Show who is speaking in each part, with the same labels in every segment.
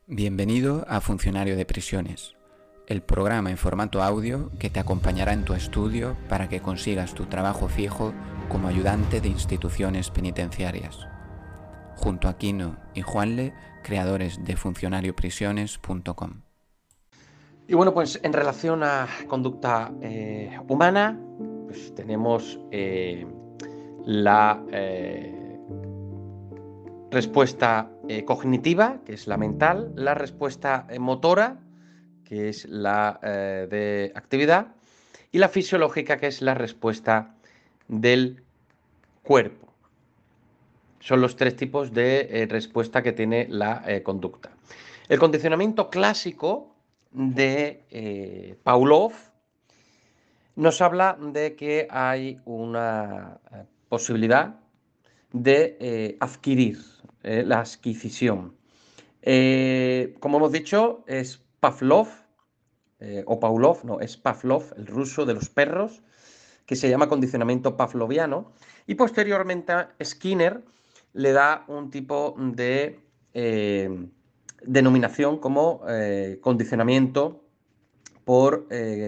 Speaker 1: Bienvenido a Funcionario de Prisiones, el programa en formato audio que te acompañará en tu estudio para que consigas tu trabajo fijo como ayudante de instituciones penitenciarias. Junto a Kino y Juanle, creadores de funcionarioprisiones.com.
Speaker 2: Y bueno, pues en relación a conducta humana, pues tenemos la respuesta cognitiva, que es la mental, la respuesta motora, que es la de actividad, y la fisiológica, que es la respuesta del cuerpo. Son los tres tipos de respuesta que tiene la conducta. El condicionamiento clásico de Pavlov nos habla de que hay una posibilidad de adquirir la adquisición. Como hemos dicho, es Pavlov, o Pavlov, no, es Pavlov, el ruso de los perros, que se llama condicionamiento pavloviano, y posteriormente Skinner le da un tipo de denominación como condicionamiento por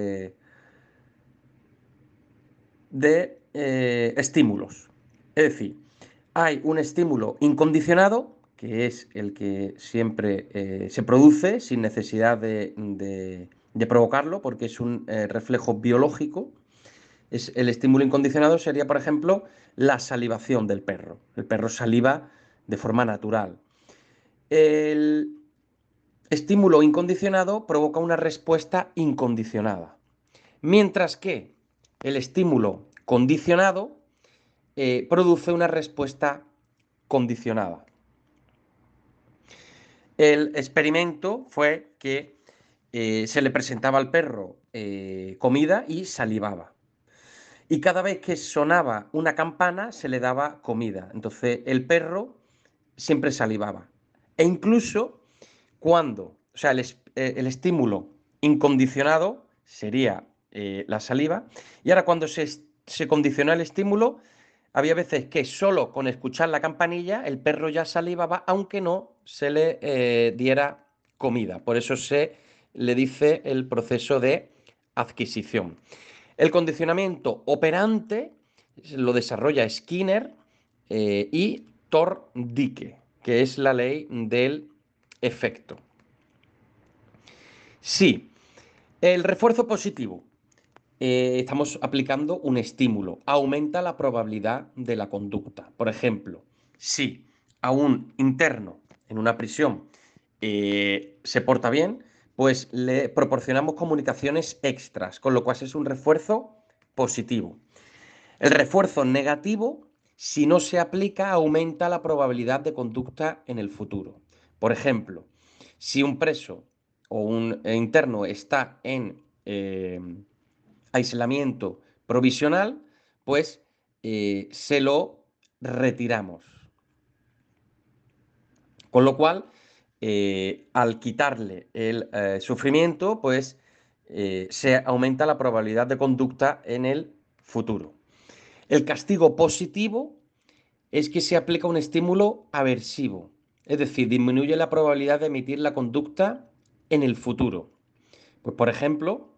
Speaker 2: de estímulos. Es decir, hay un estímulo incondicionado, que es el que siempre se produce sin necesidad de provocarlo, porque es un reflejo biológico. El estímulo incondicionado sería, por ejemplo, la salivación del perro. El perro saliva de forma natural. El estímulo incondicionado provoca una respuesta incondicionada. Mientras que el estímulo condicionado produce una respuesta condicionada. El experimento fue que se le presentaba al perro comida y salivaba. Y cada vez que sonaba una campana se le daba comida. Entonces el perro siempre salivaba. E incluso cuando, o sea, el estímulo incondicionado sería la saliva. Y ahora cuando se condiciona el estímulo, había veces que solo con escuchar la campanilla el perro ya salivaba, aunque no se le diera comida. Por eso se le dice el proceso de adquisición. El condicionamiento operante lo desarrolla Skinner y Thorndike, que es la ley del efecto. Sí, el refuerzo positivo. Estamos aplicando un estímulo. Aumenta la probabilidad de la conducta. Por ejemplo, si a un interno en una prisión se porta bien, pues le proporcionamos comunicaciones extras, con lo cual es un refuerzo positivo. El refuerzo negativo, si no se aplica, aumenta la probabilidad de conducta en el futuro. Por ejemplo, si un preso o un interno está en aislamiento provisional, pues se lo retiramos. Con lo cual, al quitarle el sufrimiento, pues se aumenta la probabilidad de conducta en el futuro. El castigo positivo es que se aplica un estímulo aversivo, es decir, disminuye la probabilidad de emitir la conducta en el futuro. Pues, por ejemplo,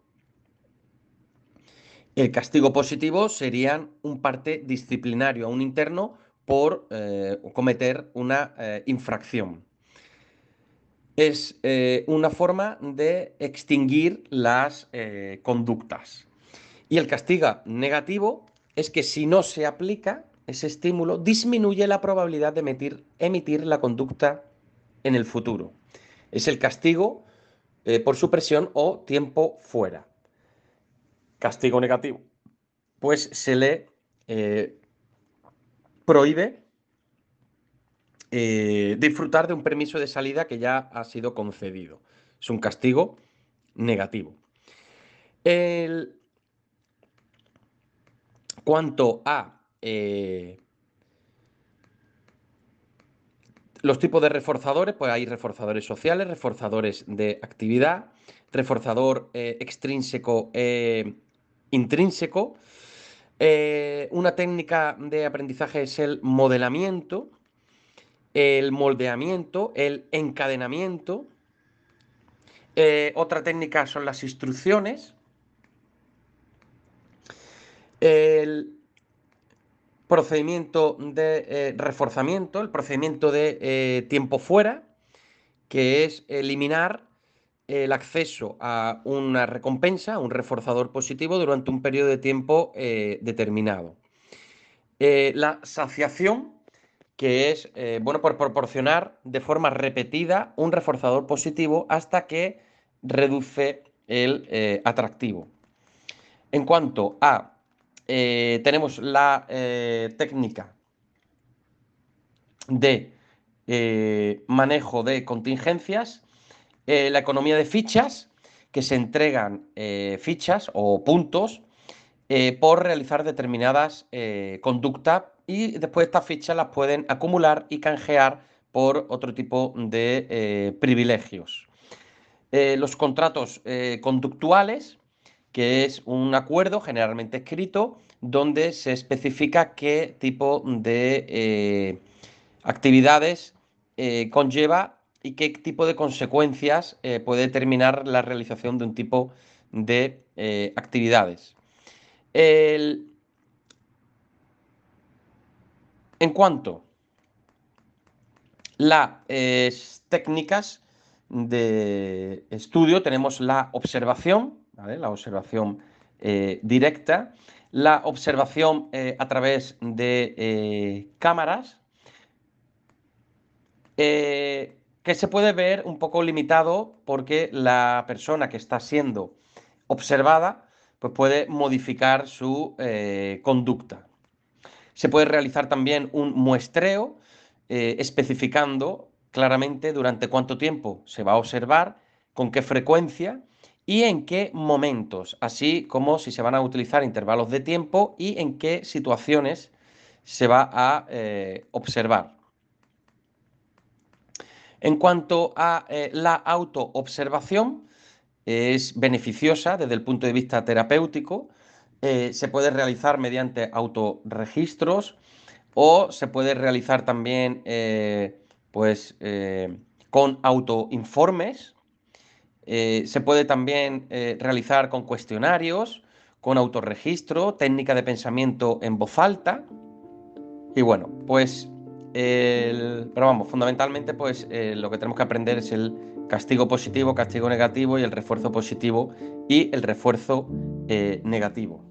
Speaker 2: el castigo positivo sería un parte disciplinario a un interno por cometer una infracción. Es una forma de extinguir las conductas. Y el castigo negativo es que si no se aplica ese estímulo, disminuye la probabilidad de emitir la conducta en el futuro. Es el castigo por supresión o tiempo fuera. Castigo negativo, pues se le prohíbe disfrutar de un permiso de salida que ya ha sido concedido. Es un castigo negativo. Cuanto a los tipos de reforzadores, pues hay reforzadores sociales, reforzadores de actividad, reforzador extrínseco e intrínseco. Una técnica de aprendizaje es el modelamiento, el moldeamiento, el encadenamiento Otra técnica son las instrucciones. El procedimiento de reforzamiento, el procedimiento de tiempo fuera, que es eliminar el acceso a una recompensa, un reforzador positivo, durante un periodo de tiempo determinado. La saciación, que es por proporcionar de forma repetida un reforzador positivo hasta que reduce el atractivo. En cuanto a, tenemos la técnica de manejo de contingencias, la economía de fichas, que se entregan fichas o puntos por realizar determinadas conductas, y después estas fichas las pueden acumular y canjear por otro tipo de privilegios. Los contratos conductuales, que es un acuerdo generalmente escrito donde se especifica qué tipo de actividades conlleva y qué tipo de consecuencias puede determinar la realización de un tipo de actividades. En cuanto a las técnicas de estudio, tenemos la observación, ¿vale? La observación directa, la observación a través de cámaras, que se puede ver un poco limitado porque la persona que está siendo observada pues puede modificar su conducta. Se puede realizar también un muestreo especificando claramente durante cuánto tiempo se va a observar, con qué frecuencia y en qué momentos, así como si se van a utilizar intervalos de tiempo y en qué situaciones se va a observar. En cuanto a la autoobservación, es beneficiosa desde el punto de vista terapéutico. Se puede realizar mediante autorregistros o se puede realizar también con autoinformes. Se puede también realizar con cuestionarios, con autorregistro, técnica de pensamiento en voz alta. Y bueno, pues, pero vamos, fundamentalmente pues lo que tenemos que aprender es el castigo positivo, castigo negativo y el refuerzo positivo y el refuerzo negativo.